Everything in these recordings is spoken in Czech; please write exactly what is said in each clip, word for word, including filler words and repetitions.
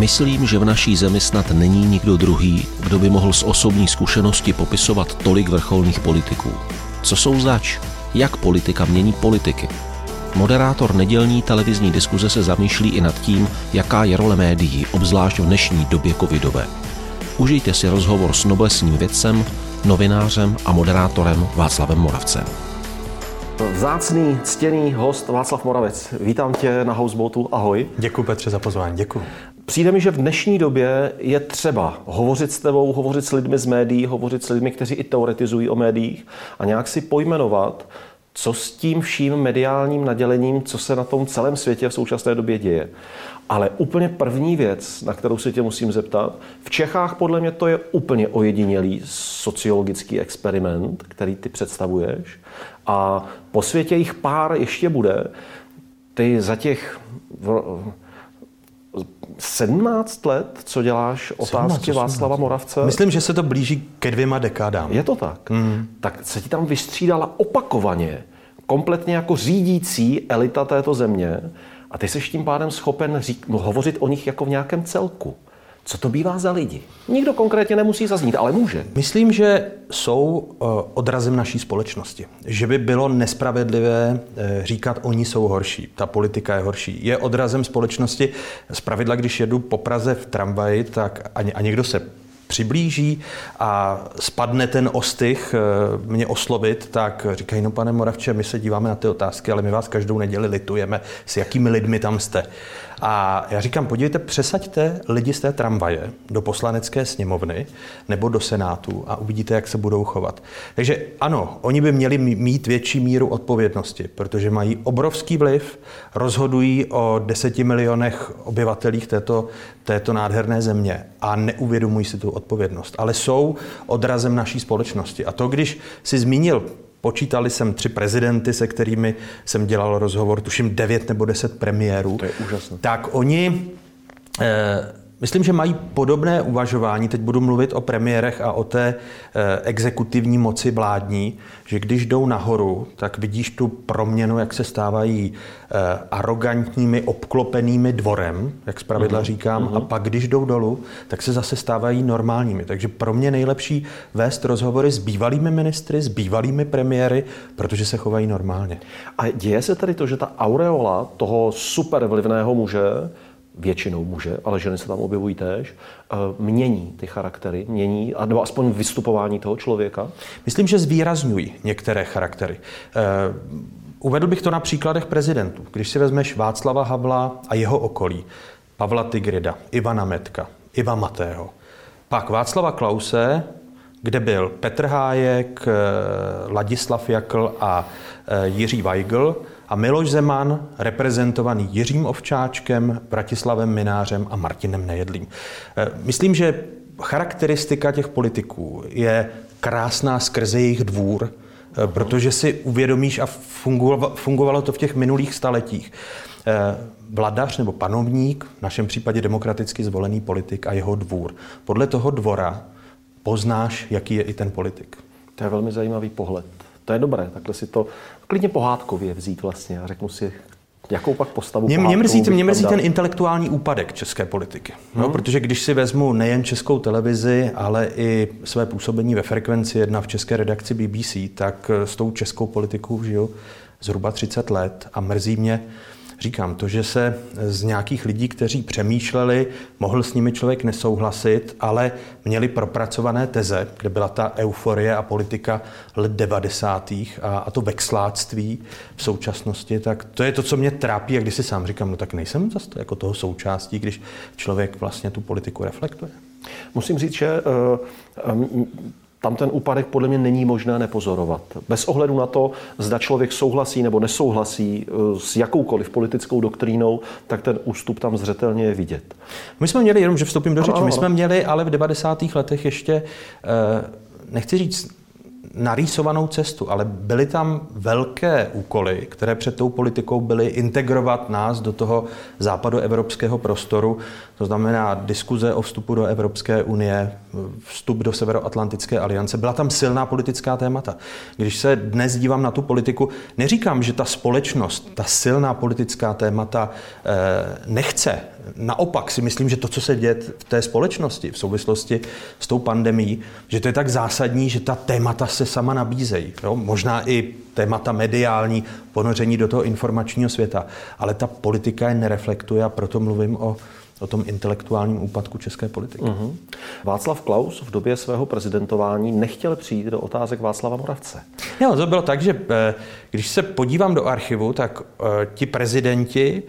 Myslím, že v naší zemi snad není nikdo druhý, kdo by mohl z osobní zkušenosti popisovat tolik vrcholných politiků. Co jsou zač? Jak politika mění politiky? Moderátor nedělní televizní diskuze se zamýšlí i nad tím, jaká je role médií, obzvlášť v dnešní době covidové. Užijte si rozhovor s noblesním vědcem, novinářem a moderátorem Václavem Moravcem. Vzácný, ctěný host Václav Moravec. Vítám tě na Houseboatu. Ahoj. Děkuji, Petře, za pozvání. Děkuji. Přijde mi, že v dnešní době je třeba hovořit s tebou, hovořit s lidmi z médií, hovořit s lidmi, kteří i teoretizují o médiích a nějak si pojmenovat, co s tím vším mediálním nadělením, co se na tom celém světě v současné době děje. Ale úplně první věc, na kterou se tě musím zeptat, v Čechách podle mě to je úplně ojedinělý sociologický experiment, který ty představuješ. A po světě jich pár ještě bude. Ty za těch sedmnáct let, co děláš otázky Václava Moravce. Myslím, že se to blíží ke dvěma dekádám. Je to tak? Mm. Tak se ti tam vystřídala opakovaně, kompletně jako řídící elita této země a ty seš tím pádem schopen řík, no, hovořit o nich jako v nějakém celku. Co to bývá za lidi? Nikdo konkrétně nemusí zaznít, ale může. Myslím, že jsou odrazem naší společnosti. Že by bylo nespravedlivé říkat, oni jsou horší, ta politika je horší. Je odrazem společnosti. Zpravidla, když jedu po Praze v tramvaji, tak a někdo se přiblíží a spadne ten ostych mě oslovit, tak říkají, no pane Moravče, my se díváme na ty otázky, ale my vás každou neděli litujeme, s jakými lidmi tam jste. A já říkám, podívejte, přesaďte lidi z té tramvaje do Poslanecké sněmovny nebo do Senátu a uvidíte, jak se budou chovat. Takže ano, oni by měli mít větší míru odpovědnosti, protože mají obrovský vliv, rozhodují o deseti milionech obyvatelích této, této nádherné země a neuvědomují si tu odpovědnost. Ale jsou odrazem naší společnosti. A to, když si zmínil, počítali jsem tři prezidenty, se kterými jsem dělal rozhovor, tuším devět nebo deset premiérů. To je úžasné. Tak oni, eh, myslím, že mají podobné uvažování, teď budu mluvit o premiérech a o té eh, exekutivní moci vládní, že když jdou nahoru, tak vidíš tu proměnu, jak se stávají eh, arrogantními, obklopenými dvorem, jak zpravidla uh-huh. říkám, uh-huh. a pak když jdou dolů, tak se zase stávají normálními. Takže pro mě nejlepší vést rozhovory s bývalými ministry, s bývalými premiéry, protože se chovají normálně. A děje se tady to, že ta aureola toho super vlivného muže, většinou muže, ale ženy se tam objevují též, mění ty charaktery, mění, nebo aspoň vystupování toho člověka? Myslím, že zvýrazňují některé charaktery. Uvedl bych to na příkladech prezidentů. Když si vezmeš Václava Havla a jeho okolí, Pavla Tigrida, Ivana Metka, Iva Matého, pak Václava Klause, kde byl Petr Hájek, Ladislav Jakl a Jiří Weigl, a Miloš Zeman, reprezentovaný Jiřím Ovčáčkem, Vratislavem Mynářem a Martinem Nejedlým. Myslím, že charakteristika těch politiků je krásná skrze jejich dvůr, protože si uvědomíš, a fungovalo to v těch minulých staletích, vladař nebo panovník, v našem případě demokraticky zvolený politik a jeho dvůr. Podle toho dvora poznáš, jaký je i ten politik. To je velmi zajímavý pohled. To je dobré, takhle si to klidně pohádkově vzít vlastně a řeknu si, jakou pak postavu Mě, mě mrzí, mě mrzí ten intelektuální úpadek české politiky. Hmm. No, protože když si vezmu nejen Českou televizi, ale i své působení ve Frekvenci jedna v české redakci B B C, tak s tou českou politikou žiju zhruba třicet let a mrzí mě, říkám to, že se z nějakých lidí, kteří přemýšleli, mohl s nimi člověk nesouhlasit, ale měli propracované teze, kde byla ta euforie a politika let devadesátých a, a to vexláctví v současnosti, tak to je to, co mě trápí a když si sám říkám, no tak nejsem zase jako toho součástí, když člověk vlastně tu politiku reflektuje. Musím říct, že uh, um, tam ten úpadek podle mě není možné nepozorovat. Bez ohledu na to, zda člověk souhlasí nebo nesouhlasí s jakoukoliv politickou doktrínou, tak ten ústup tam zřetelně je vidět. My jsme měli, jenom že vstoupím do řeči, my jsme měli ale v devadesátých letech ještě, nechci říct narýsovanou cestu, ale byly tam velké úkoly, které před tou politikou byly integrovat nás do toho západoevropského prostoru, to znamená diskuze o vstupu do Evropské unie, vstup do Severoatlantické aliance. Byla tam silná politická témata. Když se dnes dívám na tu politiku, neříkám, že ta společnost, ta silná politická témata eh, nechce. Naopak si myslím, že to, co se děje v té společnosti v souvislosti s tou pandemií, že to je tak zásadní, že ta témata se sama nabízejí. Jo? Možná i témata mediální, ponoření do toho informačního světa, ale ta politika je nereflektuje a proto mluvím o o tom intelektuálním úpadku české politiky. Uh-huh. Václav Klaus v době svého prezidentování nechtěl přijít do otázek Václava Moravce. Jo, to bylo tak, že když se podívám do archivu, tak ti prezidenti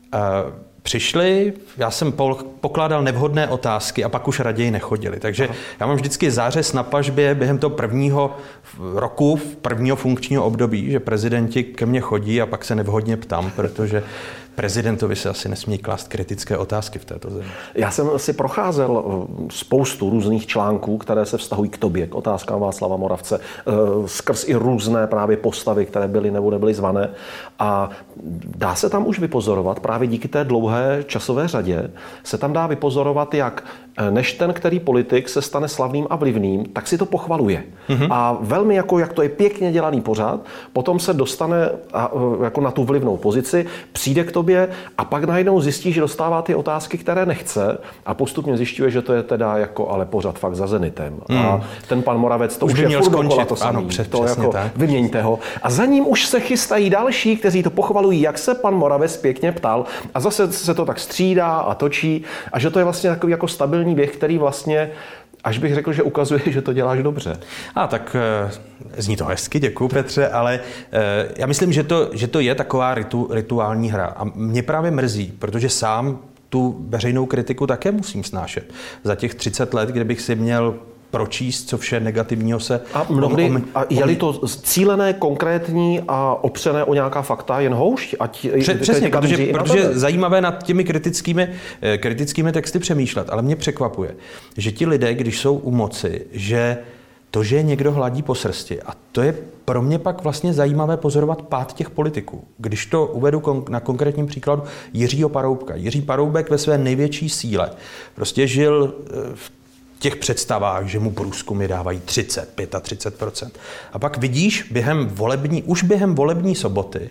přišli, já jsem pokládal nevhodné otázky a pak už raději nechodili. Takže Aha. já mám vždycky zářez na pažbě během toho prvního roku, prvního funkčního období, že prezidenti ke mně chodí a pak se nevhodně ptám, protože prezidentovi se asi nesmí klást kritické otázky v této zemi. Já jsem si procházel spoustu různých článků, které se vztahují k tobě, k otázkám Václava Moravce, skrz i různé právě postavy, které byly nebo nebyly zvané. A dá se tam už vypozorovat, právě díky té dlouhé časové řadě, se tam dá vypozorovat, jak než ten, který politik se stane slavným a vlivným, tak si to pochvaluje. Mm-hmm. A velmi jako, jak to je pěkně dělaný pořád, potom se dostane a, jako na tu vlivnou pozici, přijde k tobě a pak najednou zjistí, že dostává ty otázky, které nechce a postupně zjišťuje, že to je teda jako ale pořád fakt za Zenitem. Mm. A ten pan Moravec to už, už je furt dokola to samý. Ano, před, to jako tak. Vyměňte ho. A za ním už se chystají další, kteří to pochvalují, jak se pan Moravec pěkně ptal a zase se to tak střídá a točí a že to je vlastně takový jako stabilní běh, který vlastně, až bych řekl, že ukazuje, že to děláš dobře. A tak zní to hezky, děkuju Petře, ale já myslím, že to, že to je taková ritu, rituální hra. A mě právě mrzí, protože sám tu veřejnou kritiku také musím snášet. Za těch třicet let, kde bych si měl pročíst, co vše negativního se... A mnohdy, om, om, a je-li to cílené, konkrétní a opřené o nějaká fakta, jen houšť? Ať, Před, přesně, protože, protože je zajímavé nad těmi kritickými, kritickými texty přemýšlet, ale mě překvapuje, že ti lidé, když jsou u moci, že to, že někdo hladí po srsti, a to je pro mě pak vlastně zajímavé pozorovat pád těch politiků. Když to uvedu kon- na konkrétním příkladu Jiřího Paroubka. Jiří Paroubek ve své největší síle prostě žil v těch představách, že mu průzkumy dávají třicet, třicet pět procent. A pak vidíš během volební, už během volební soboty,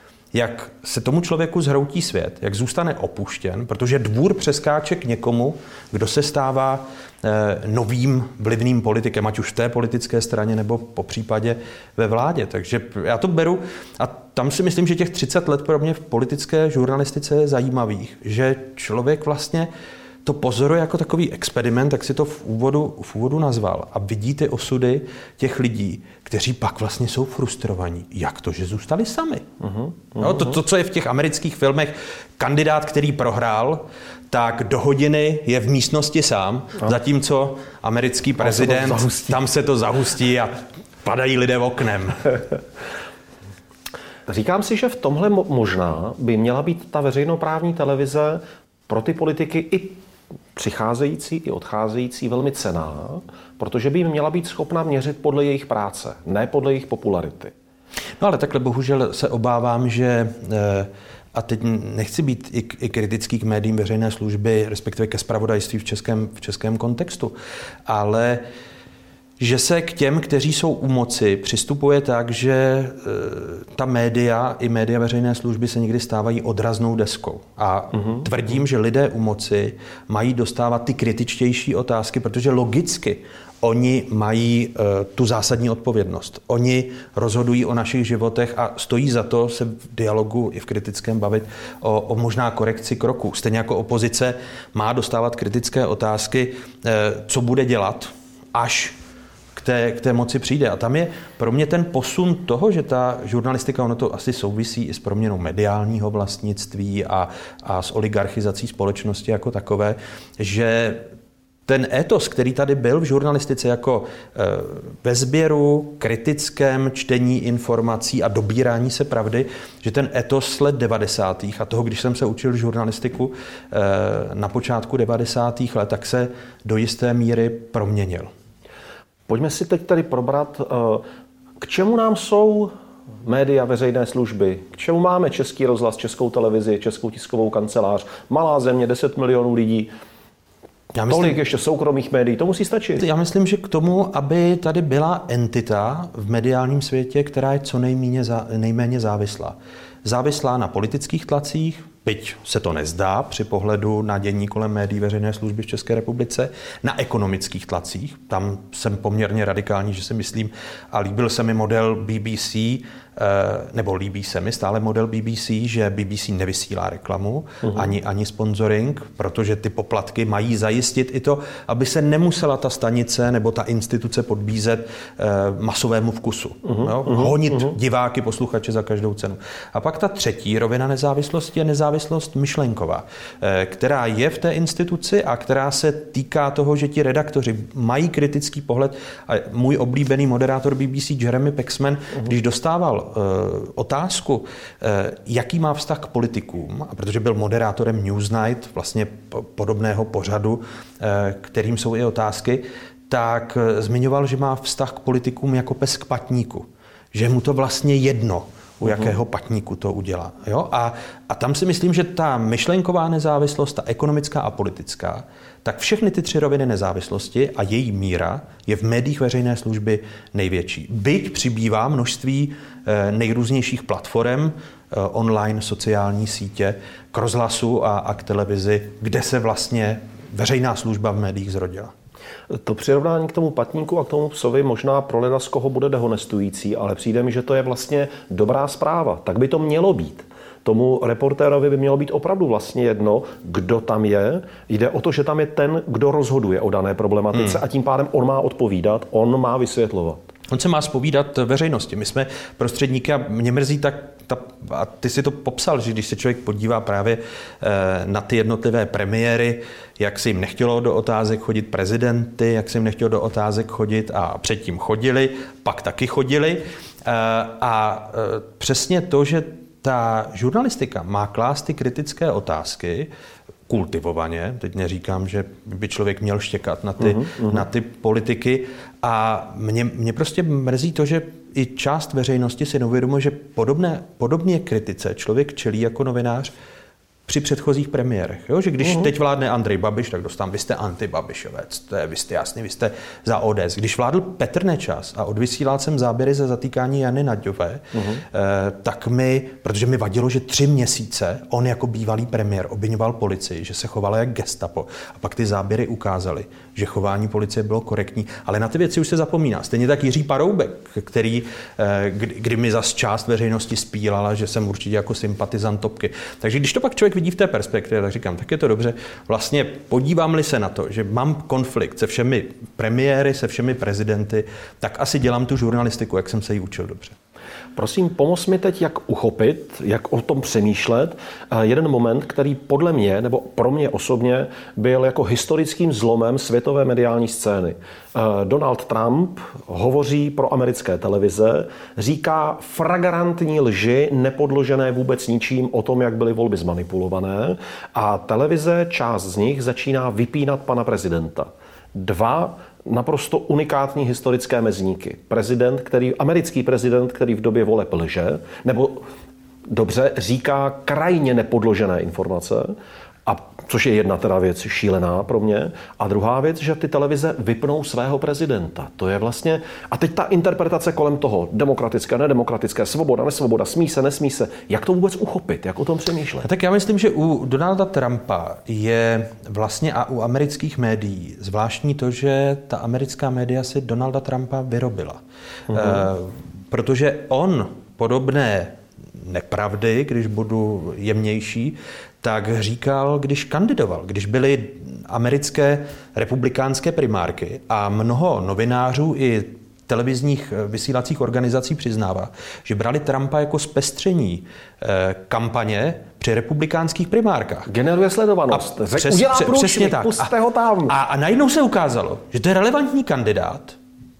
jak se tomu člověku zhroutí svět, jak zůstane opuštěn, protože dvůr přeskáče k někomu, kdo se stává eh, novým vlivným politikem, ať už v té politické straně, nebo po případě ve vládě. Takže já to beru a tam si myslím, že těch třicet let pro mě v politické žurnalistice je zajímavých, že člověk vlastně to pozoruje jako takový experiment, tak si to v úvodu, v úvodu nazval. A vidí ty osudy těch lidí, kteří pak vlastně jsou frustrovaní. Jak to, že zůstali sami? Uh-huh, uh-huh. No, to, to, co je v těch amerických filmech, kandidát, který prohrál, tak do hodiny je v místnosti sám, uh-huh. zatímco americký prezident, tam se, tam se to zahustí a padají lidé oknem. Říkám si, že v tomhle možná by měla být ta veřejnoprávní televize pro ty politiky i přicházející i odcházející velmi cenná, protože by měla být schopna měřit podle jejich práce, ne podle jejich popularity. No ale takhle bohužel se obávám, že, a teď nechci být i, i kritický k médiím veřejné služby, respektive ke zpravodajství v českém, v českém kontextu, ale že se k těm, kteří jsou u moci, přistupuje tak, že e, ta média i média veřejné služby se někdy stávají odraznou deskou. A uh-huh. tvrdím, že lidé u moci mají dostávat ty kritičtější otázky, protože logicky oni mají e, tu zásadní odpovědnost. Oni rozhodují o našich životech a stojí za to se v dialogu i v kritickém bavit o, o možná korekci kroků. Stejně jako opozice má dostávat kritické otázky, e, co bude dělat, až K té, k té moci přijde. A tam je pro mě ten posun toho, že ta žurnalistika, ono to asi souvisí i s proměnou mediálního vlastnictví a, a s oligarchizací společnosti jako takové, že ten étos, který tady byl v žurnalistice jako e, ve sběru, kritickém čtení informací a dobírání se pravdy, že ten étos let devadesátých a toho, když jsem se učil žurnalistiku e, na počátku devadesátých let, tak se do jisté míry proměnil. Pojďme si teď tady probrat, k čemu nám jsou média veřejné služby, k čemu máme Český rozhlas, Českou televizi, Českou tiskovou kancelář, malá země, deset milionů lidí, já myslím, tolik ještě soukromých médií, to musí stačit. Já myslím, že k tomu, aby tady byla entita v mediálním světě, která je co nejméně, nejméně závislá. Závislá na politických tlacích, byť se to nezdá při pohledu na dění kolem médií veřejné služby v České republice, na ekonomických tlacích. Tam jsem poměrně radikální, že si myslím, a líbil se mi model B B C, nebo líbí se mi stále model B B C, že B B C nevysílá reklamu, uhum. ani, ani sponsoring, protože ty poplatky mají zajistit i to, aby se nemusela ta stanice nebo ta instituce podbízet eh, masovému vkusu. Uhum. Jo? Honit uhum. diváky, posluchače za každou cenu. A pak ta třetí rovina nezávislosti je nezávislost myšlenková, eh, která je v té instituci a která se týká toho, že ti redaktoři mají kritický pohled. A můj oblíbený moderátor B B C Jeremy Paxman, uhum. když dostával otázku, jaký má vztah k politikům, a protože byl moderátorem Newsnight, vlastně podobného pořadu, kterým jsou i otázky, tak zmiňoval, že má vztah k politikům jako pes k patníku. Že mu to vlastně jedno, u jakého patníku to udělá. Jo? A, a tam si myslím, že ta myšlenková nezávislost, ta ekonomická a politická, tak všechny ty tři roviny nezávislosti a její míra je v médiích veřejné služby největší. Byť přibývá množství nejrůznějších platform, online, sociální sítě, k rozhlasu a, a k televizi, kde se vlastně veřejná služba v médiích zrodila. To přirovnání k tomu patníku a k tomu psovi možná pro leda z koho bude dehonestující, ale přijde mi, že to je vlastně dobrá zpráva. Tak by to mělo být. Tomu reportérovi by mělo být opravdu vlastně jedno, kdo tam je. Jde o to, že tam je ten, kdo rozhoduje o dané problematice hmm. a tím pádem on má odpovídat, on má vysvětlovat. On se má zpovídat veřejnosti. My jsme prostředníky a mě mrzí tak, ta, a ty si to popsal, že když se člověk podívá právě e, na ty jednotlivé premiéry, jak se jim nechtělo do otázek chodit prezidenty, jak se jim nechtělo do otázek chodit a předtím chodili, pak taky chodili. E, a e, přesně to, že ta žurnalistika má klást ty kritické otázky, kultivovaně, teď neříkám, že by člověk měl štěkat na ty, uh-huh, uh-huh. na ty politiky a mě, mě prostě mrzí to, že i část veřejnosti si neuvědomuje, že podobné, podobně kritice člověk čelí jako novinář při předchozích premiérech. Jo? Že když uh-huh. teď vládne Andrej Babiš, tak dostám, vy jste antibabišovec, to je, vy jste jasný, vy jste za O D S. Když vládl Petr Nečas a odvysílal jsem záběry ze zatýkání Jany Naďové, uh-huh. eh, tak mi, protože mi vadilo, že tři měsíce on jako bývalý premiér obviňoval policii, že se chovala jak gestapo. A pak ty záběry ukázaly, že chování policie bylo korektní, ale na ty věci už se zapomíná. Stejně tak Jiří Paroubek, který, eh, kdy, kdy mi zas část veřejnosti spílala, že jsem určitě jako sympatizant Topky. Takže když to pak člověk vidí v té perspektivě, tak říkám, tak je to dobře. Vlastně podívám-li se na to, že mám konflikt se všemi premiéry, se všemi prezidenty, tak asi dělám tu žurnalistiku, jak jsem se jí učil dobře. Prosím, pomoz mi teď, jak uchopit, jak o tom přemýšlet. Jeden moment, který podle mě, nebo pro mě osobně, byl jako historickým zlomem světové mediální scény. Donald Trump hovoří pro americké televize, říká flagrantní lži, nepodložené vůbec ničím o tom, jak byly volby zmanipulované, a televize, část z nich, začíná vypínat pana prezidenta. Dva naprosto unikátní historické mezníky. Prezident, který, americký prezident, který v době voleb lže, nebo dobře říká krajně nepodložené informace, a což je jedna teda věc šílená pro mě. A druhá věc, že ty televize vypnou svého prezidenta. To je vlastně... A teď ta interpretace kolem toho, demokratické, nedemokratické, svoboda, nesvoboda, smí se, nesmí se. Jak to vůbec uchopit? Jak o tom přemýšlet? Tak já myslím, že u Donalda Trumpa je vlastně a u amerických médií zvláštní to, že ta americká média si Donalda Trumpa vyrobila. Mhm. E, protože on podobné nepravdy, když budu jemnější, tak říkal, když kandidoval, když byly americké republikánské primárky a mnoho novinářů i televizních vysílacích organizací přiznává, že brali Trumpa jako zpestření eh, kampaně při republikánských primárkách. Generuje sledovanost. Řek, přes, udělá průšvih, pusťte ho tam. A, a najednou se ukázalo, že to je relevantní kandidát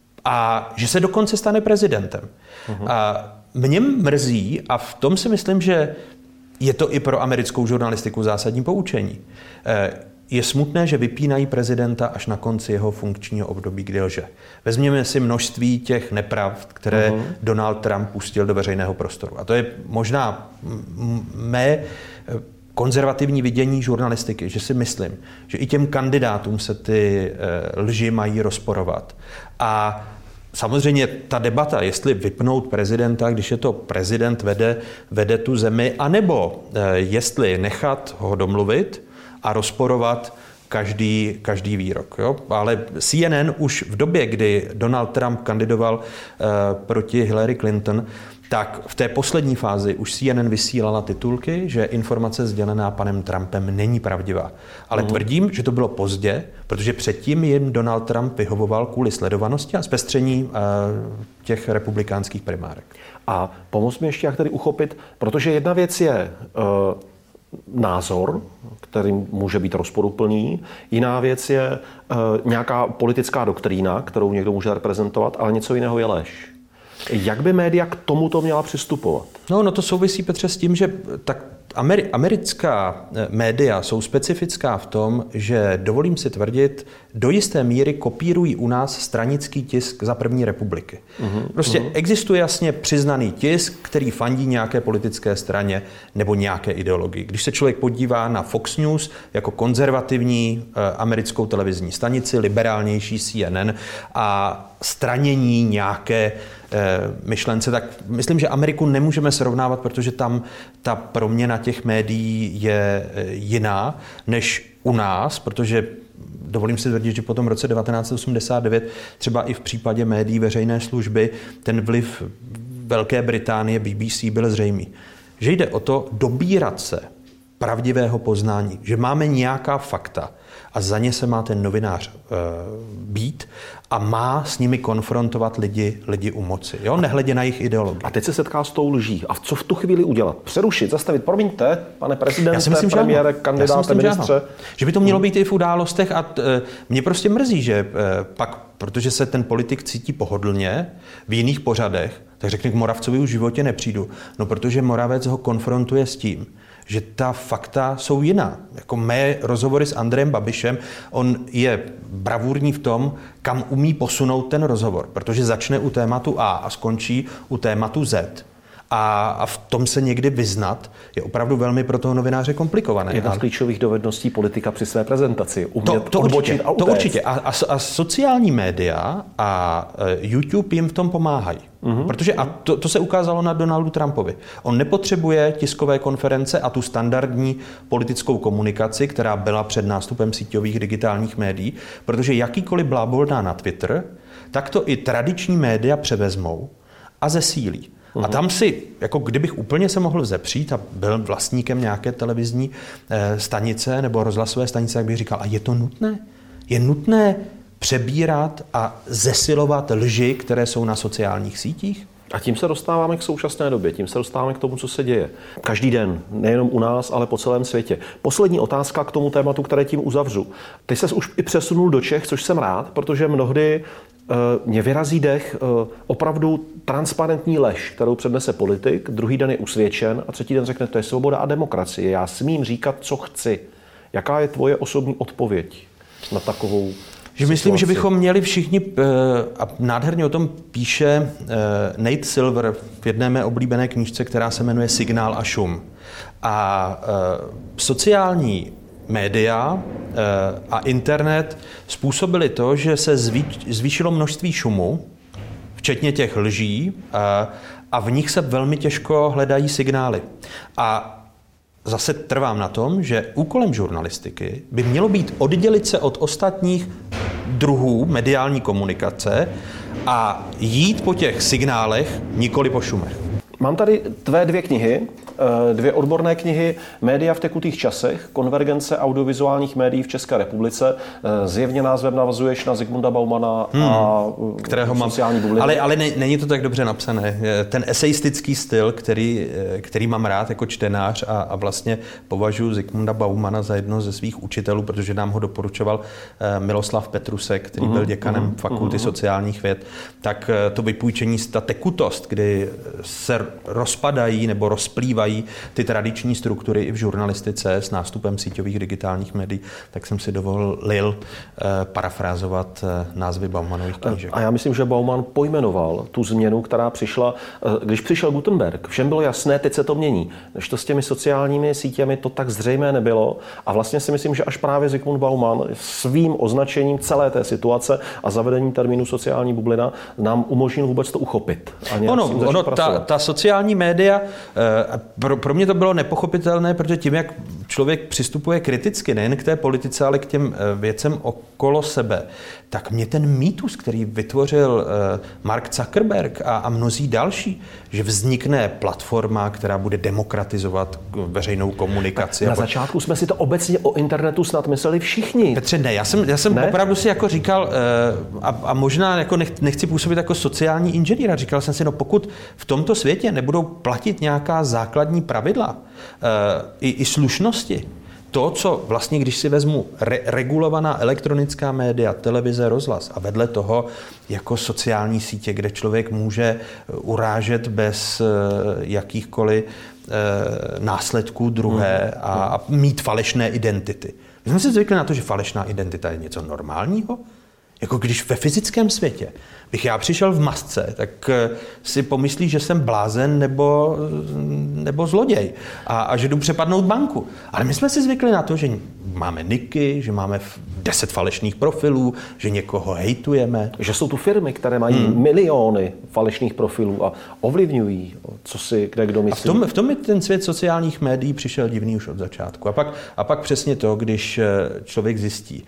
a že se dokonce stane prezidentem. Uh-huh. A mě mrzí, a v tom si myslím, že je to i pro americkou žurnalistiku zásadní poučení. je smutné, že vypínají prezidenta až na konci jeho funkčního období, kdy lže. Vezměme si množství těch nepravd, které uh-huh. Donald Trump pustil do veřejného prostoru. A to je možná mé konzervativní vidění žurnalistiky, že si myslím, že i těm kandidátům se ty lži mají rozporovat. A samozřejmě ta debata, jestli vypnout prezidenta, když je to prezident, vede, vede tu zemi, anebo jestli nechat ho domluvit a rozporovat každý, každý výrok. Jo? Ale C N N už v době, kdy Donald Trump kandidoval uh, proti Hillary Clinton, tak v té poslední fázi už C N N vysílala titulky, že informace sdělená panem Trumpem není pravdivá. Ale uhum. tvrdím, že to bylo pozdě, protože předtím jim Donald Trump vyhovoval kvůli sledovanosti a zpestření uh, těch republikánských primárek. A pomoz mi ještě, jak tady uchopit, protože jedna věc je uh, názor, který může být rozporuplný. Jiná věc je uh, nějaká politická doktrína, kterou někdo může reprezentovat, ale něco jiného je lež. Jak by média k tomuto měla přistupovat? No, no to souvisí, Petře, s tím, že tak Ameri- americká média jsou specifická v tom, že, dovolím si tvrdit, do jisté míry kopírují u nás stranický tisk za první republiky. Uhum, prostě uhum. existuje jasně přiznaný tisk, který fandí nějaké politické straně nebo nějaké ideologii. Když se člověk podívá na Fox News jako konzervativní eh, americkou televizní stanici, liberálnější C N N a stranění nějaké myšlence, tak myslím, že Ameriku nemůžeme srovnávat, protože tam ta proměna těch médií je jiná než u nás, protože dovolím si tvrdit, že po tom roce devatenáct set osmdesát devět třeba i v případě médií veřejné služby ten vliv Velké Británie B B C byl zřejmý. Že jde o to dobírat se pravdivého poznání, že máme nějaká fakta a za ně se má ten novinář e, být a má s nimi konfrontovat lidi, lidi u moci, jo? Nehledě na jejich ideologii. A teď se setká s tou lží. A co v tu chvíli udělat? Přerušit, zastavit, promiňte, pane prezidente, myslím, premiére, kandidáte, ministře. Že, že by to mělo být i v událostech a t, e, mě prostě mrzí, že e, pak, protože se ten politik cítí pohodlně v jiných pořadech, tak řekne, k Moravcovi už v životě nepřijdu. No, protože Moravec ho konfrontuje s tím, že ta fakta jsou jiná. Jako mé rozhovory s Andrejem Babišem, on je bravurní v tom, kam umí posunout ten rozhovor, protože začne u tématu A a skončí u tématu Z. A, a v tom se někdy vyznat je opravdu velmi pro toho novináře komplikované. Jedna z klíčových dovedností politika při své prezentaci. Umět to, to odbočit určitě, a utéct. To určitě. A, a, a sociální média a YouTube jim v tom pomáhají. Mm-hmm. Protože a to, to se ukázalo na Donaldu Trumpovi. On nepotřebuje tiskové konference a tu standardní politickou komunikaci, která byla před nástupem síťových digitálních médií, protože jakýkoliv blábol dá na Twitter, tak to i tradiční média převezmou a zesílí. Uhum. A tam si, jako kdybych úplně se mohl vzepřít a byl vlastníkem nějaké televizní eh, stanice nebo rozhlasové stanice, tak bych říkal, a je to nutné? Je nutné přebírat a zesilovat lži, které jsou na sociálních sítích? A tím se dostáváme k současné době, tím se dostáváme k tomu, co se děje. Každý den, nejenom u nás, ale po celém světě. Poslední otázka k tomu tématu, které tím uzavřu. Ty ses už i přesunul do Čech, což jsem rád, protože mnohdy uh, mě vyrazí dech uh, opravdu transparentní lež, kterou přednese politik, druhý den je usvědčen a třetí den řekne, to je svoboda a demokracie. Já smím říkat, co chci. Jaká je tvoje osobní odpověď na takovou Že myslím, že bychom měli všichni, a nádherně o tom píše Nate Silver v jedné mé oblíbené knížce, která se jmenuje Signál a šum. A sociální média a internet způsobili to, že se zvýšilo množství šumu, včetně těch lží, a v nich se velmi těžko hledají signály. A zase trvám na tom, že úkolem žurnalistiky by mělo být oddělit se od ostatních druhů mediální komunikace a jít po těch signálech, nikoli po šumech. Mám tady tvé dvě knihy, dvě odborné knihy Média v tekutých časech, konvergence audiovizuálních médií v České republice. Zjevně názvem navazuješ na Zikmunda Baumana hmm, a kterého sociální bubliny. Ale, ale ne, není to tak dobře napsané. Ten eseistický styl, který, který mám rád jako čtenář a, a vlastně považuji Zikmunda Baumana za jedno ze svých učitelů, protože nám ho doporučoval Miloslav Petrusek, který byl děkanem mm, fakulty mm, sociálních věd, tak to vypůjčení, ta tekutost, kdy se rozpadají nebo rozplývají přežívají ty tradiční struktury i v žurnalistice s nástupem síťových digitálních médií, tak jsem si dovolil eh, parafrázovat eh, názvy Baumanových knížek. A já myslím, že Bauman pojmenoval tu změnu, která přišla, eh, když přišel Gutenberg. Všem bylo jasné, teď se to mění. Než to s těmi sociálními sítěmi to tak zřejmé nebylo. A vlastně si myslím, že až právě Zygmunt Bauman svým označením celé té situace a zavedením termínu sociální bublina nám umožnil vůbec to uchopit. A ono, ono ta, ta sociální média, pro, pro mě to bylo nepochopitelné, protože tím, jak člověk přistupuje kriticky nejen k té politice, ale k těm věcem okolo sebe, tak mě ten mýtus, který vytvořil Mark Zuckerberg a, a mnozí další, že vznikne platforma, která bude demokratizovat veřejnou komunikaci. Na začátku jsme si to obecně o internetu snad mysleli všichni. Petře, ne, já jsem, já jsem ne? opravdu si jako říkal, a, a možná jako nech, nechci působit jako sociální inženýr, říkal jsem si, no pokud v tomto světě nebudou platit nějaká základní pravidla i, i slušnosti, to, co vlastně, když si vezmu re- regulovaná elektronická média, televize, rozhlas a vedle toho jako sociální sítě, kde člověk může urážet bez jakýchkoliv následků druhé a, a mít falešné identity. My jsme si zvykli na to, že falešná identita je něco normálního. Jako když ve fyzickém světě bych já přišel v masce, tak si pomyslí, že jsem blázen nebo, nebo zloděj a, a že jdu přepadnout banku. Ale my jsme si zvykli na to, že máme niky, že máme deset falešných profilů, že někoho hejtujeme. Že jsou tu firmy, které mají hmm. miliony falešných profilů a ovlivňují, co si kde kdo myslí. A v tom, v tom mi ten svět sociálních médií přišel divný už od začátku. A pak, a pak přesně to, když člověk zjistí,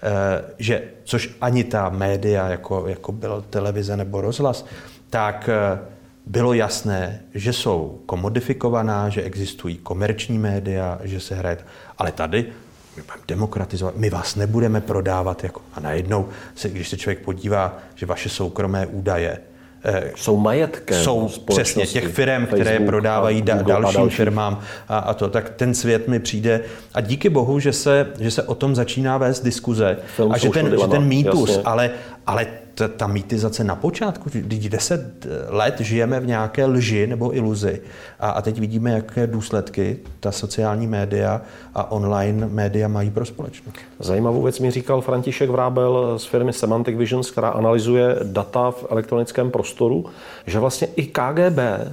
že, což ani ta média, jako, jako byla televize nebo rozhlas, tak bylo jasné, že jsou komodifikovaná, že existují komerční média, že se hraje. Ale tady my budeme demokratizovat, my vás nebudeme prodávat. Jako, a najednou, se, když se člověk podívá, že vaše soukromé údaje jsou majetkem jsou přesně těch firm, které je prodávají da, dalším další. firmám a, a to, tak ten svět mi přijde a díky bohu, že se, že se o tom začíná vést diskuze Film a že ten, že ten mýtus, jasně. ale, ale ta, ta mýtizace na počátku, když deset let žijeme v nějaké lži nebo iluzi a, a teď vidíme, jaké důsledky ta sociální média a online média mají pro společnost. Zajímavou věc mi říkal František Vrábel z firmy Semantic Visions, která analyzuje data v elektronickém prostoru, že vlastně i K G B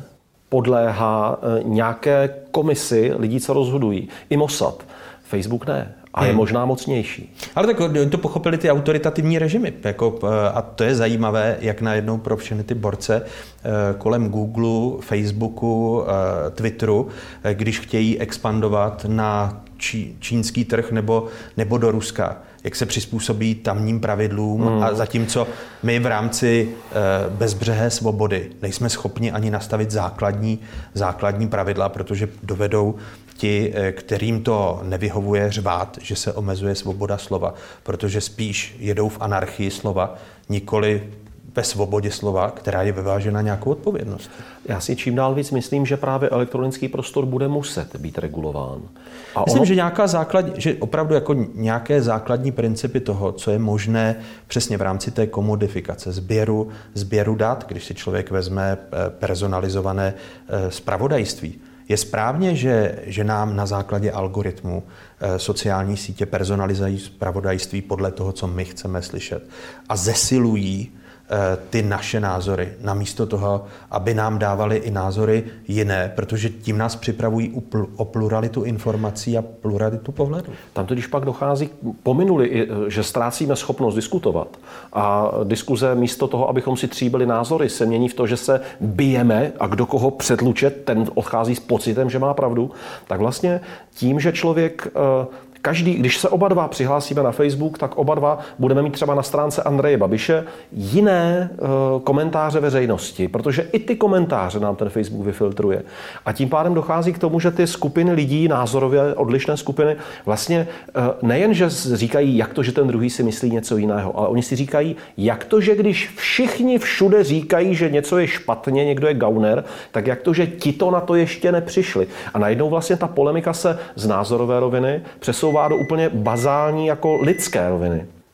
podléhá nějaké komisi lidí, co rozhodují. I Mossad. Facebook ne. A je hmm. možná mocnější. Ale tak to pochopili ty autoritativní režimy. Jako, a to je zajímavé, jak najednou pro všechny ty borce kolem Google, Facebooku, Twitteru, když chtějí expandovat na čí, čínský trh nebo, nebo do Ruska, jak se přizpůsobí tamním pravidlům hmm. a zatímco my v rámci bezbřehé svobody nejsme schopni ani nastavit základní, základní pravidla, protože dovedou ti, kterým to nevyhovuje, řvát, že se omezuje svoboda slova, protože spíš jedou v anarchii slova, nikoli ve svobodě slova, která je vyvážena nějakou odpovědností. Já si čím dál víc myslím, že právě elektronický prostor bude muset být regulován. A myslím, ono... že, nějaká základ, že opravdu jako nějaké základní principy toho, co je možné přesně v rámci té komodifikace, sběru, sběru dat, když si člověk vezme personalizované zpravodajství. Je správně, že, že nám na základě algoritmu sociální sítě personalizují zpravodajství podle toho, co my chceme slyšet a zesilují ty naše názory, namísto toho, aby nám dávali i názory jiné, protože tím nás připravují o pluralitu informací a pluralitu pohledu. Tam totiž pak dochází, pominuli, že ztrácíme schopnost diskutovat a diskuze místo toho, abychom si tříbili názory, se mění v to, že se bijeme a kdo koho přetluče, ten odchází s pocitem, že má pravdu, tak vlastně tím, že člověk každý, když se oba dva přihlásíme na Facebook, tak oba dva budeme mít třeba na stránce Andreje Babiše jiné e, komentáře veřejnosti, protože i ty komentáře nám ten Facebook vyfiltruje. A tím pádem dochází k tomu, že ty skupiny lidí, názorově odlišné skupiny, vlastně e, nejen, že říkají, jak to, že ten druhý si myslí něco jiného, ale oni si říkají, jak to, že když všichni všude říkají, že něco je špatně, někdo je gauner, tak jak to, že ti to na to ještě nepřišli. A najednou vlastně ta polemika se z názorové roviny přesouvá do úplně bazální jako lidské roviny.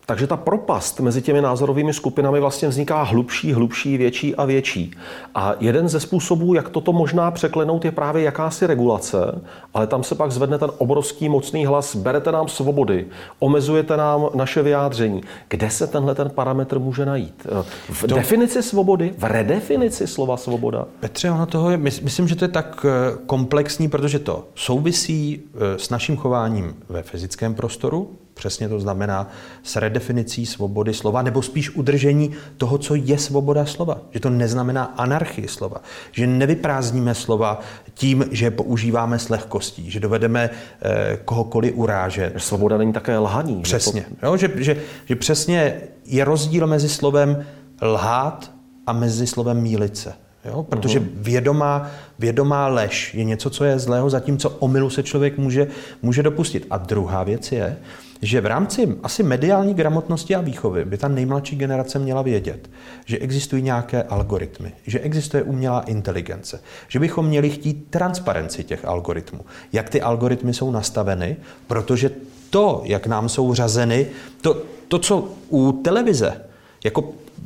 Takže ta propast mezi těmi názorovými skupinami vlastně vzniká hlubší, hlubší, větší a větší. A jeden ze způsobů, jak toto možná překlenout, je právě jakási regulace, ale tam se pak zvedne ten obrovský mocný hlas, berete nám svobody, omezujete nám naše vyjádření. Kde se tenhle ten parametr může najít? V to... definici svobody? V redefinici slova svoboda? Petře, ono toho je, myslím, že to je tak komplexní, protože to souvisí s naším chováním ve fyzickém prostoru, přesně to znamená s redefinicí svobody slova, nebo spíš udržení toho, co je svoboda slova. Že to neznamená anarchii slova. Že nevyprázdníme slova tím, že je používáme s lehkostí, že dovedeme eh, kohokoliv urážet. Svoboda není také lhaní. Přesně. Že, to... jo, že, že, že přesně je rozdíl mezi slovem lhát a mezi slovem mýlit se. Jo? Protože vědomá, vědomá lež je něco, co je zlého, zatímco omylu se člověk může, může dopustit. A druhá věc je, že v rámci asi mediální gramotnosti a výchovy by ta nejmladší generace měla vědět, že existují nějaké algoritmy, že existuje umělá inteligence, že bychom měli chtít transparenci těch algoritmů, jak ty algoritmy jsou nastaveny, protože to, jak nám jsou řazeny, to, to co u televize, jako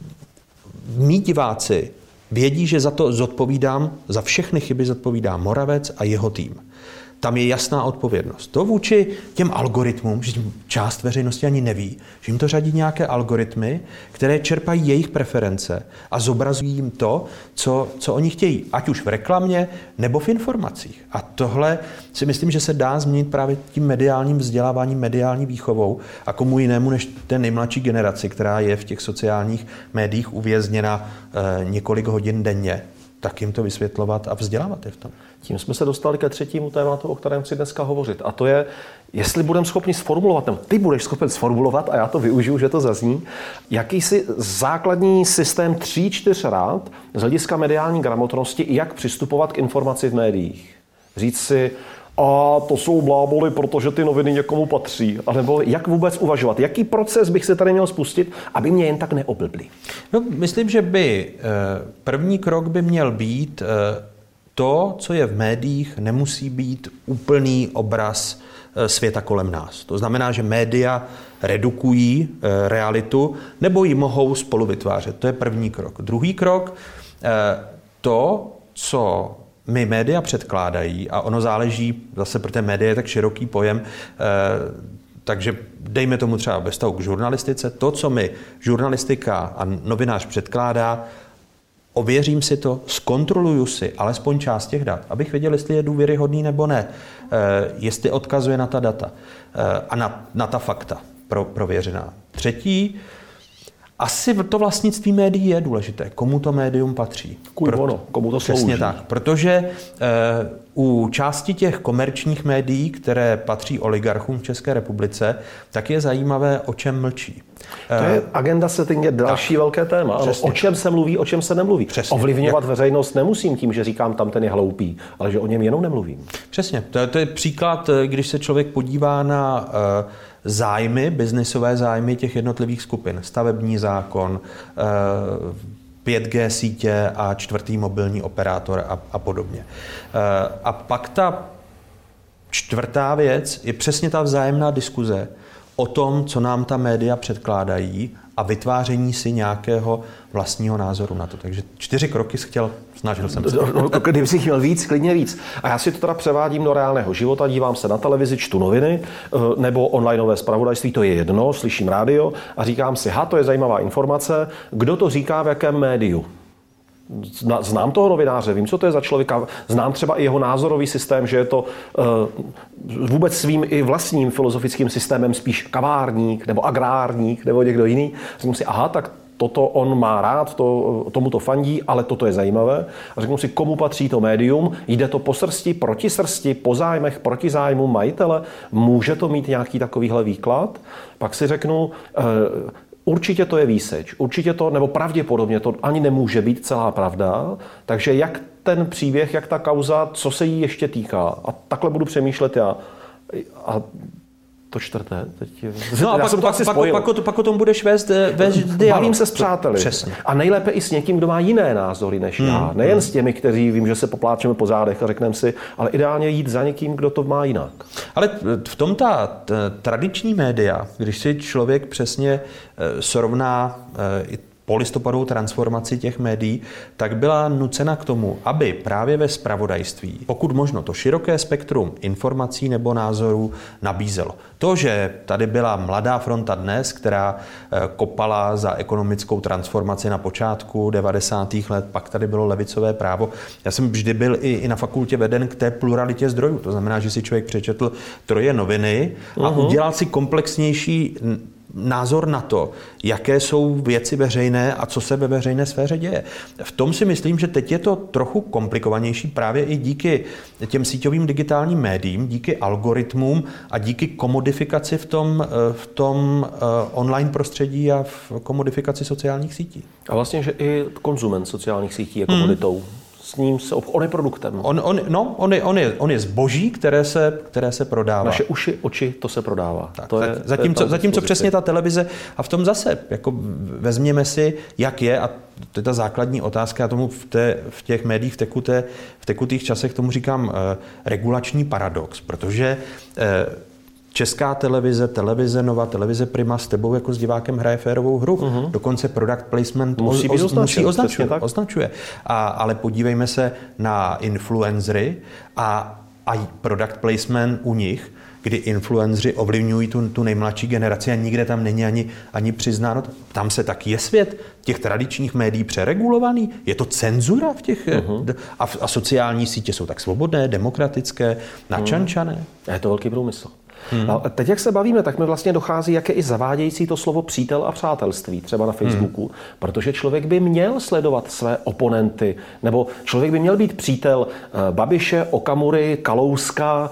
mí diváci vědí, že za to zodpovídám, za všechny chyby zodpovídá Moravec a jeho tým. Tam je jasná odpovědnost. To vůči těm algoritmům, že část veřejnosti ani neví, že jim to řadí nějaké algoritmy, které čerpají jejich preference a zobrazují jim to, co, co oni chtějí, ať už v reklamě nebo v informacích. A tohle si myslím, že se dá změnit právě tím mediálním vzděláváním, mediální výchovou a komu jinému než té nejmladší generaci, která je v těch sociálních médiích uvězněna eh, několik hodin denně, tak jim to vysvětlovat a vzdělávat je v tom. Tím jsme se dostali ke třetímu tématu, o kterém chci dneska hovořit. A to je, jestli budeme schopni sformulovat, nebo ty budeš schopen sformulovat, a já to využiju, že to zazní, jakýsi základní systém tří, čtyř rád z hlediska mediální gramotnosti, jak přistupovat k informaci v médiích. Říct si, a to jsou bláboli, protože ty noviny někomu patří. A nebo jak vůbec uvažovat? Jaký proces bych se tady měl spustit, aby mě jen tak neoblbli? No, myslím, že by první krok by měl být to, co je v médiích, nemusí být úplný obraz světa kolem nás. To znamená, že média redukují realitu nebo ji mohou spolu vytvářet. To je první krok. Druhý krok, to, co my média předkládají, a ono záleží, zase pro té média je tak široký pojem, takže dejme tomu třeba ve vztahu k žurnalistice, to, co mi žurnalistika a novinář předkládá, ověřím si to, zkontroluju si alespoň část těch dat, abych věděl, jestli je důvěryhodný nebo ne, jestli odkazuje na ta data a na, na ta fakta pro, prověřená. Třetí, asi to vlastnictví médií je důležité. Komu to médium patří? Proto, komu to slouží? Přesně tak. Protože e, u části těch komerčních médií, které patří oligarchům v České republice, tak je zajímavé, o čem mlčí. To je agenda setting, je další tak velké téma. Ano, o čem se mluví, o čem se nemluví. Přesně. Ovlivňovat Jak... veřejnost nemusím tím, že říkám, tam ten je hloupý, ale že o něm jenom nemluvím. Přesně. To je, to je příklad, když se člověk podívá na uh, zájmy, biznisové zájmy těch jednotlivých skupin. Stavební zákon, uh, pět G sítě a čtvrtý mobilní operátor a, a podobně. Uh, a pak ta čtvrtá věc je přesně ta vzájemná diskuze o tom, co nám ta média předkládají a vytváření si nějakého vlastního názoru na to. Takže čtyři kroky jsi chtěl, snažil jsem se. Kdyby si chtěl víc, klidně víc. A já si to teda převádím do reálného života, dívám se na televizi, čtu noviny nebo onlineové zpravodajství, to je jedno, slyším rádio a říkám si, ha, to je zajímavá informace, kdo to říká v jakém médiu. Znám toho novináře, vím, co to je za člověka, znám třeba i jeho názorový systém, že je to uh, vůbec svým i vlastním filozofickým systémem spíš kavárník nebo agrárník nebo někdo jiný. Řeknu si, aha, tak toto on má rád, to, tomu to fandí, ale toto je zajímavé. A řeknu si, komu patří to médium, jde to po srsti, proti srsti, po zájmech, proti zájmu majitele, může to mít nějaký takovýhle výklad. Pak si řeknu, uh, určitě to je výseč, určitě to, nebo pravděpodobně to ani nemůže být celá pravda, takže jak ten příběh, jak ta kauza, co se jí ještě týká. A takhle budu přemýšlet já. A to čtvrté. Teď... No a pak, jsem to pak, pak, pak, pak o tom budeš vést, vést dialog. Bavím se s přáteli. Přesně. A nejlépe i s někým, kdo má jiné názory než hmm. já. Nejen s těmi, kteří vím, že se popláčeme po zádech a řekneme si, ale ideálně jít za někým, kdo to má jinak. Ale v tom ta t, tradiční média, když si člověk přesně srovná i polistopadovou transformaci těch médií, tak byla nucena k tomu, aby právě ve zpravodajství, pokud možno to široké spektrum informací nebo názorů nabízelo. To, že tady byla Mladá fronta Dnes, která kopala za ekonomickou transformaci na počátku devadesátých let, pak tady bylo levicové právo. Já jsem vždy byl i, i na fakultě veden k té pluralitě zdrojů. To znamená, že si člověk přečetl troje noviny a uh-huh. udělal si komplexnější názor na to, jaké jsou věci veřejné a co se ve veřejné sféře děje. V tom si myslím, že teď je to trochu komplikovanější právě i díky těm síťovým digitálním médiím, díky algoritmům a díky komodifikaci v tom, v tom online prostředí a v komodifikaci sociálních sítí. A vlastně, že i konzument sociálních sítí je komoditou. Hmm. S ním se on je produktem. On, on, no, on, je, on, je, on je zboží, které se, které se prodává. Naše uši, oči, to se prodává. Tak, to tak, je, zatímco, to je zatímco přesně ta televize, a v tom zase, jako vezměme si, jak je, a to je ta základní otázka, já tomu v, té, v těch médiích v, tekuté, v tekutých časech tomu říkám eh, regulační paradox, protože eh, Česká televize, televize Nova, televize Prima s tebou jako s divákem hraje férovou hru. Uh-huh. Dokonce product placement musí, oz, označen, musí označuje. označuje. A, ale podívejme se na influencery a, a product placement u nich, kdy influenceři ovlivňují tu, tu nejmladší generaci a nikde tam není ani, ani přiznáno. Tam se taky je svět těch tradičních médií přeregulovaný. Je to cenzura v těch... Uh-huh. A, a sociální sítě jsou tak svobodné, demokratické, načančané. Uh-huh. Je to velký průmysl. Hmm. A teď, jak se bavíme, tak mi vlastně dochází, jak je i zavádějící to slovo přítel a přátelství, třeba na Facebooku, hmm. protože člověk by měl sledovat své oponenty, nebo člověk by měl být přítel uh, Babiše, Okamury, Kalouska,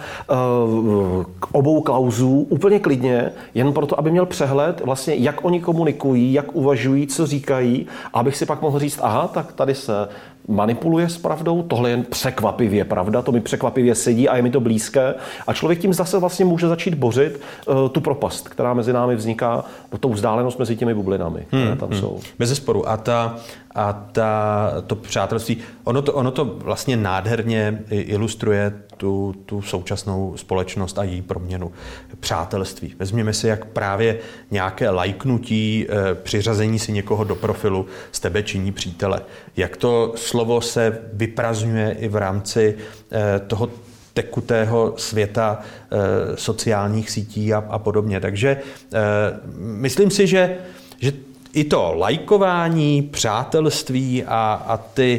uh, obou Klausů, úplně klidně, jen proto, aby měl přehled, vlastně, jak oni komunikují, jak uvažují, co říkají, abych si pak mohl říct, aha, tak tady se manipuluje s pravdou, tohle je překvapivě pravda, to mi překvapivě sedí a je mi to blízké. A člověk tím zase vlastně může začít bořit uh, tu propast, která mezi námi vzniká, tou vzdálenost mezi těmi bublinami, které hmm, tam hmm. jsou. Bezesporu. A ta, a ta, to přátelství, ono to, ono to vlastně nádherně ilustruje tu, tu současnou společnost a její proměnu. Přátelství. Vezměme si, jak právě nějaké lajknutí, eh, přiřazení si někoho do profilu z tebe činí přítele. Jak to slovo se vyprazňuje i v rámci eh, toho tekutého světa eh, sociálních sítí a, a podobně. Takže eh, myslím si, že, že i to lajkování, přátelství a, a ty,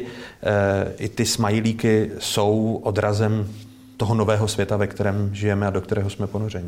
e, i ty smajlíky jsou odrazem toho nového světa, ve kterém žijeme a do kterého jsme ponořeni.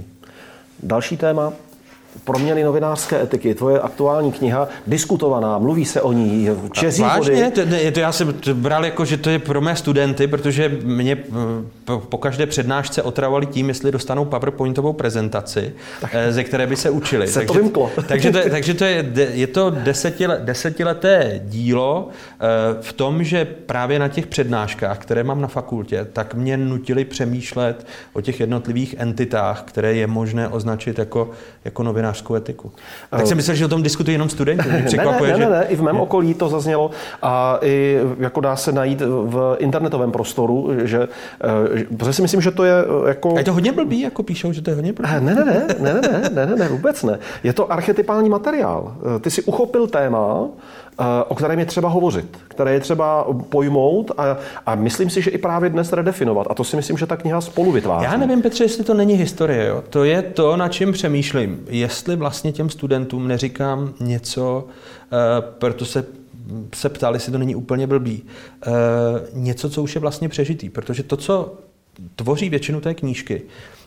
Další téma. Proměny novinářské etiky, tvoje aktuální kniha, diskutovaná, mluví se o ní, čeří vody. Vážně? To, to já jsem to bral jako, že to je pro mé studenty, protože mě po, po každé přednášce otravovali tím, jestli dostanou PowerPointovou prezentaci, tak, ze které by se učili. Se takže, to vymklo. takže to, takže to je, je to desetile, desetileté dílo v tom, že právě na těch přednáškách, které mám na fakultě, tak mě nutili přemýšlet o těch jednotlivých entitách, které je možné označit jako, jako novinářské etiku. Tak jsem myslel, že o tom diskutují jenom studenti. Ne, ne, ne, ne, ne, i v mém okolí to zaznělo a i jako dá se najít v internetovém prostoru, že, protože si myslím, že to je jako... A je to hodně blbý, jako píšou, že to je hodně blbý? Ne, ne, ne, ne, ne, ne, ne, ne, ne, vůbec ne. Je to archetypální materiál. Ty si uchopil téma, o kterém je třeba hovořit, které je třeba pojmout a, a myslím si, že i právě dnes redefinovat. A to si myslím, že ta kniha spolu vytváří. Já nevím, Petře, jestli to není historie. Jo? To je to, na čem přemýšlím. Jestli vlastně těm studentům neříkám něco, uh, proto se, se ptali, jestli to není úplně blbý, uh, něco, co už je vlastně přežitý. Protože to, co tvoří většinu té knížky,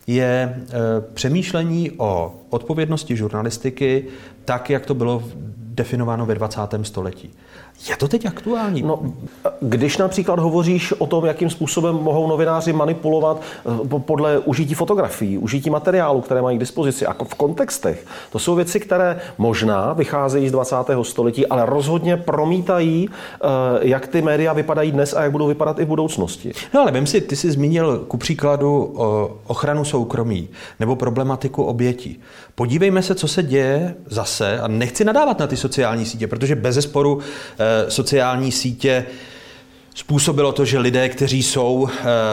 je uh, přemýšlení o odpovědnosti žurnalistiky tak, jak to bylo v definováno ve dvacátém století. Je to teď aktuální? No, když například hovoříš o tom, jakým způsobem mohou novináři manipulovat podle užití fotografií, užití materiálu, které mají k dispozici, jako v kontextech, to jsou věci, které možná vycházejí z dvacátého století, ale rozhodně promítají, jak ty média vypadají dnes a jak budou vypadat i v budoucnosti. No ale vem si, ty jsi zmínil ku příkladu ochranu soukromí nebo problematiku obětí. Podívejme se, co se děje zase, a nechci nadávat na ty sociální sítě, protože bezesporu sociální sítě způsobilo to, že lidé, kteří jsou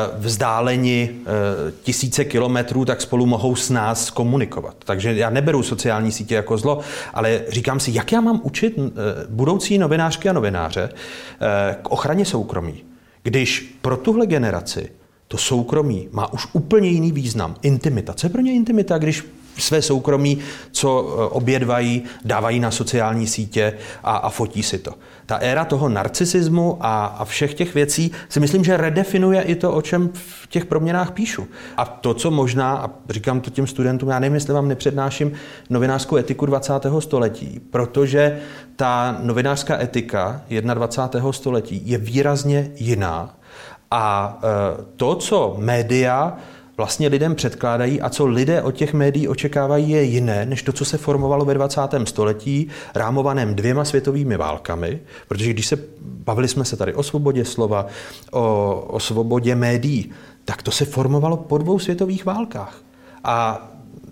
vzdáleni tisíce kilometrů, tak spolu mohou s nás komunikovat. Takže já neberu sociální sítě jako zlo, ale říkám si, jak já mám učit budoucí novinářky a novináře k ochraně soukromí, když pro tuhle generaci to soukromí má už úplně jiný význam. Intimita. Co je pro ně intimita, když své soukromí, co obědvají, dávají na sociální sítě a, a fotí si to. Ta éra toho narcisismu a, a všech těch věcí si myslím, že redefinuje i to, o čem v těch proměnách píšu. A to, co možná, a říkám to těm studentům, já nevím, jestli vám nepřednáším novinářskou etiku dvacátého století, protože ta novinářská etika dvacátého prvního století je výrazně jiná. A to, co média vlastně lidem předkládají a co lidé od těch médií očekávají, je jiné, než to, co se formovalo ve dvacátém století, rámovaném dvěma světovými válkami, protože když se bavili jsme se tady o svobodě slova, o, o svobodě médií, tak to se formovalo po dvou světových válkách. A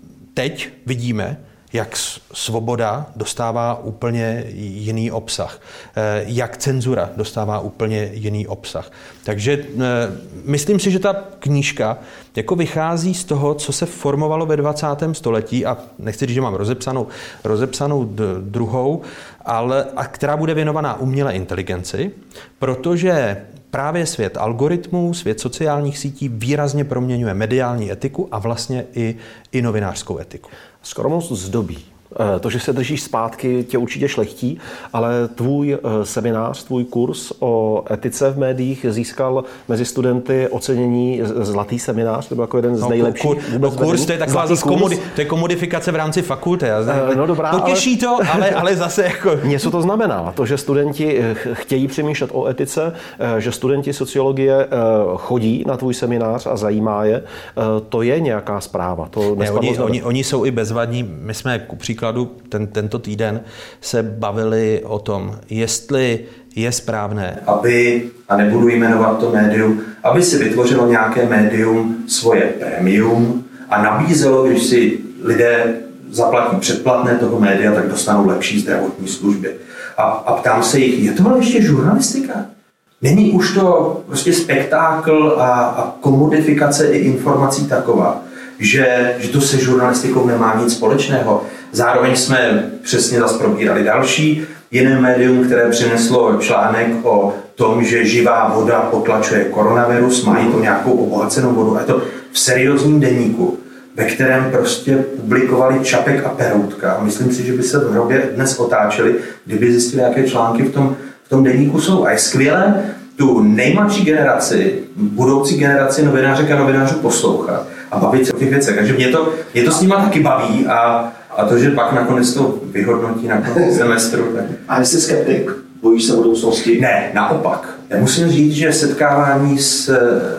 teď vidíme, jak svoboda dostává úplně jiný obsah, jak cenzura dostává úplně jiný obsah. Takže myslím si, že ta knížka jako vychází z toho, co se formovalo ve dvacátém století, a nechci říct, že mám rozepsanou, rozepsanou druhou, ale a která bude věnovaná umělé inteligenci, protože právě svět algoritmů, svět sociálních sítí výrazně proměňuje mediální etiku a vlastně i, i novinářskou etiku. Skoro moc zdobí. To, že se držíš zpátky, tě určitě šlechtí, ale tvůj seminář, tvůj kurz o etice v médiích získal mezi studenty ocenění zlatý seminář, to byl jako jeden z nejlepších. No, kur, no, kurz, to je taková zase komodi, to je komodifikace v rámci fakulty. No, dobrá, potěší to, ale, ale zase jako... Něco to znamená, to, že studenti chtějí přemýšlet o etice, že studenti sociologie chodí na tvůj seminář a zajímá je, to je nějaká zpráva. To ne, oni, oni, oni jsou i bezvadní. My jsme ku příkladu Ten, tento týden se bavili o tom, jestli je správné, aby, a nebudu jmenovat to médium, aby si vytvořilo nějaké médium svoje premium a nabízelo, když si lidé zaplatí předplatné toho média, tak dostanou lepší zdravotní služby. A, a ptám se jich, je tohle ještě žurnalistika? Není už to prostě spektákl a, a komodifikace i informací taková, že, že to se žurnalistikou nemá nic společného. Zároveň jsme přesně zase probírali další jiné médium, které přineslo článek o tom, že živá voda potlačuje koronavirus, mají to nějakou obohacenou vodu. A je to v seriózním deníku, ve kterém prostě publikovali Čapek a Peroutka. A myslím si, že by se v hrobě dnes otáčeli, kdyby zjistili, jaké články v tom, v tom deníku jsou. A je skvělé tu nejmladší generaci, budoucí generaci novinářek a novinářů poslouchat a bavit se o těch věcech. Takže mě to, mě to s nima taky baví a, a to, že pak nakonec to vyhodnotí na konci semestru. Tak... A jsi skeptik? Bojíš se budoucnosti? Ne, naopak. Já musím říct, že setkávání s,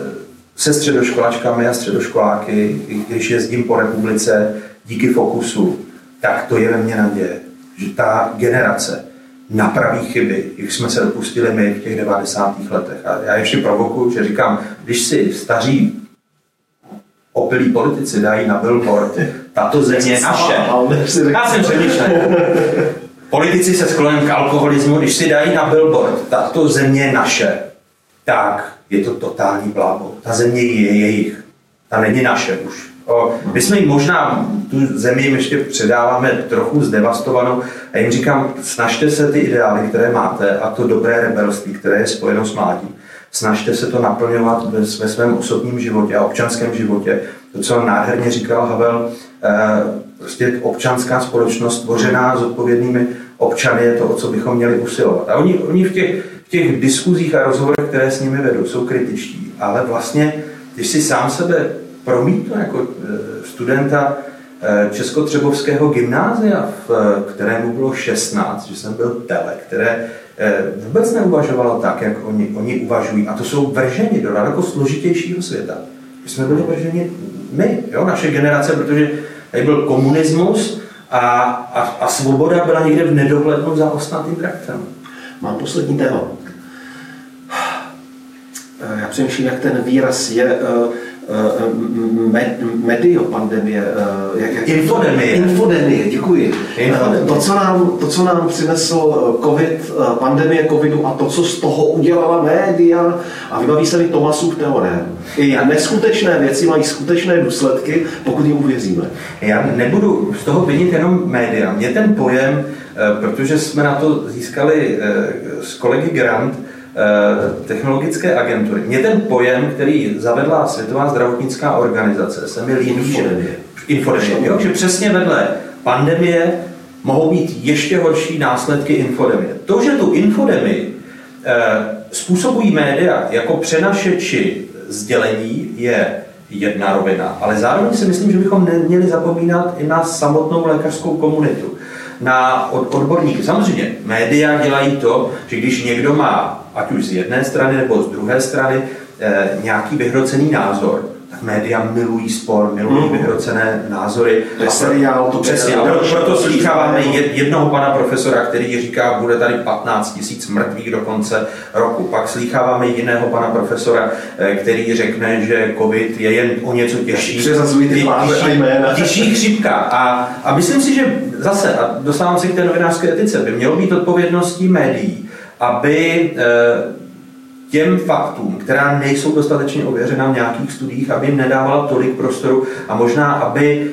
se středoškolačkami a středoškoláky, když jezdím po republice díky Fokusu, tak to je ve mně naděje, že ta generace napraví chyby, jak jsme se dopustili my v těch devadesátých letech. A já ještě provokuju, že říkám, když si staří opilí politici dají na billboard, tato země je naše. Já jsem přemýšlel. Politici se sklonem k alkoholismu, když si dají na billboard, tato země je naše, tak je to totální blábol. Ta země je jejich. Ta není naše už. O, my jsme jim možná tu zemi jim ještě předáváme trochu zdevastovanou a jim říkám, snažte se ty ideály, které máte a to dobré rebelství, které je spojeno s mládím, snažte se to naplňovat ve, ve svém osobním životě a občanském životě. To, co nádherně říkal Havel, eh, prostě občanská společnost tvořená zodpovědnými občany je to, o co bychom měli usilovat. A oni, oni v, těch, v těch diskuzích a rozhovorech, které s nimi vedou, jsou kritičtí, ale vlastně, když si sám sebe promítnu jako studenta Českotřebovského gymnázia, v kterému bylo šestnáct, že jsem byl tele, které vůbec neuvažovalo tak, jak oni, oni uvažují. A to jsou vrženi do daleko složitějšího světa. My jsme byli vrženi my, jo, naše generace, protože tady byl komunismus a, a, a svoboda byla někde v nedohlednu za ostnatým traktem. Mám poslední téma. Já přemýšlím, jak ten výraz je med, medio pandemie. Jak, jak, infodemie. Infodemie, děkuji. Infodemie. To, co nám, to, co nám přinesl covid, pandemie covidu a to, co z toho udělala média, a vybaví se mi Thomasův teorem. I neskutečné věci mají skutečné důsledky, pokud jim uvěříme. Já nebudu z toho vinit jenom média. Mě ten pojem, protože jsme na to získali s kolegy grant, technologické agentury. Mně ten pojem, který zavedla Světová zdravotnická organizace, se mi líbí, že infodemie, jo? Že přesně vedle pandemie mohou být ještě horší následky infodemie. To, že tu infodemii eh, způsobují média jako přenašeči sdělení, je jedna rovina, ale zároveň si myslím, že bychom neměli zapomínat i na samotnou lékařskou komunitu, na odborníky. Samozřejmě média dělají to, že když někdo má ať už z jedné strany nebo z druhé strany eh, nějaký vyhrocený názor, tak média milují spor, milují mm. vyhrocené názory. To je seriál, to přesně. A proto slýcháváme jednoho pana profesora, který říká, bude tady patnáct tisíc mrtvých do konce roku. Pak slýcháváme jiného pana profesora, eh, který řekne, že covid je jen o něco těžší. Přezazují ty plány a jména. Těžší chřipka. A, a myslím si, že zase, a dostávám se k té novinářské etice, by mělo být odpovědností médií, aby těm faktům, která nejsou dostatečně ověřena v nějakých studiích, aby jim nedávala tolik prostoru a možná, aby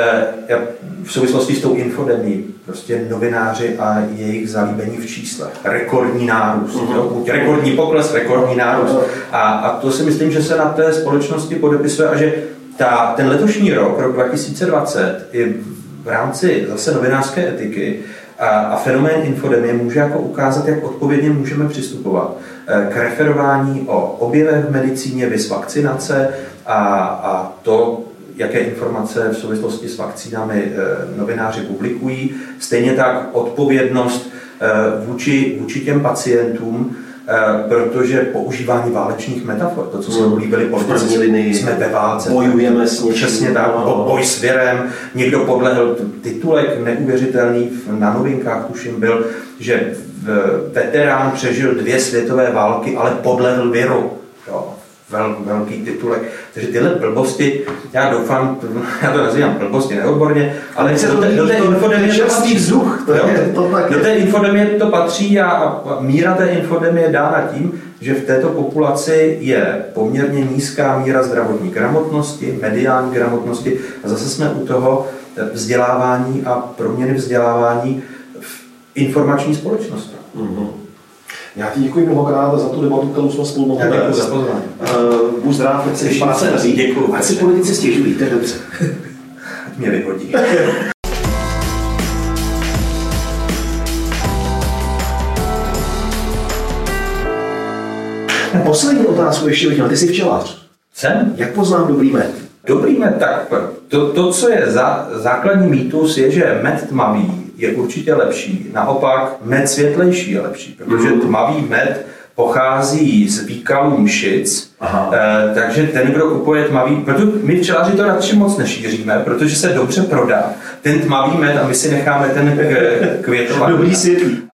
v souvislosti s tou infodemií prostě novináři a jejich zalíbení v číslech. Rekordní nárůst, mm-hmm. jo? Buď rekordní pokles, rekordní nárůst. A, a to si myslím, že se na té společnosti podepisuje a že ta, ten letošní rok, rok dva tisíce dvacet, i v rámci zase novinářské etiky a, a fenomén infodemie může jako ukázat, jak odpovědně můžeme přistupovat k referování o objevech v medicíně, viz vakcinace a, a to, jaké informace v souvislosti s vakcínami novináři publikují. Stejně tak odpovědnost vůči, vůči těm pacientům, protože používání válečných metafor, to, co jsme oblíbili politici, jsme ve válce, bojujeme s něčím. Přesně tak, boj s virem, někdo podlehl, titulek neuvěřitelný na Novinkách, tuším byl, že veterán přežil dvě světové války, ale podlehl viru. Jo. Vel, velký titulek. Takže tyhle blbosti, já doufám, já to nazývám blbosti neodborně, ale do, do, do té infodemie to patří vzduch. To je, to tak do té infodemie to patří a, a míra té infodemie je dána tím, že v této populaci je poměrně nízká míra zdravotní gramotnosti, mediální gramotnosti a zase jsme u toho vzdělávání a proměny vzdělávání v informační společnosti. Mm-hmm. Já ti děkuji mnohokrát za tu debatu, kterou jsme spolu mohli vést. Uh, buď zdrav, ať se práce daří. Děkuji. Ať si politici stěžují, to je dobře. Ať mě vyhodí. Poslední otázku ještě bych měl. Ty jsi včelař. Jsem? Jak poznám dobrý med? Dobrý med, tak to, to co je za, základní mýtus, je, že med tmavý je určitě lepší. Naopak med světlejší je lepší, protože tmavý med pochází z výkalů mšic, eh, takže ten, kdo kupuje tmavý, protože my včelaři to radši moc nešíříme, protože se dobře prodá ten tmavý med a my si necháme ten květovat. Dobrý světlý.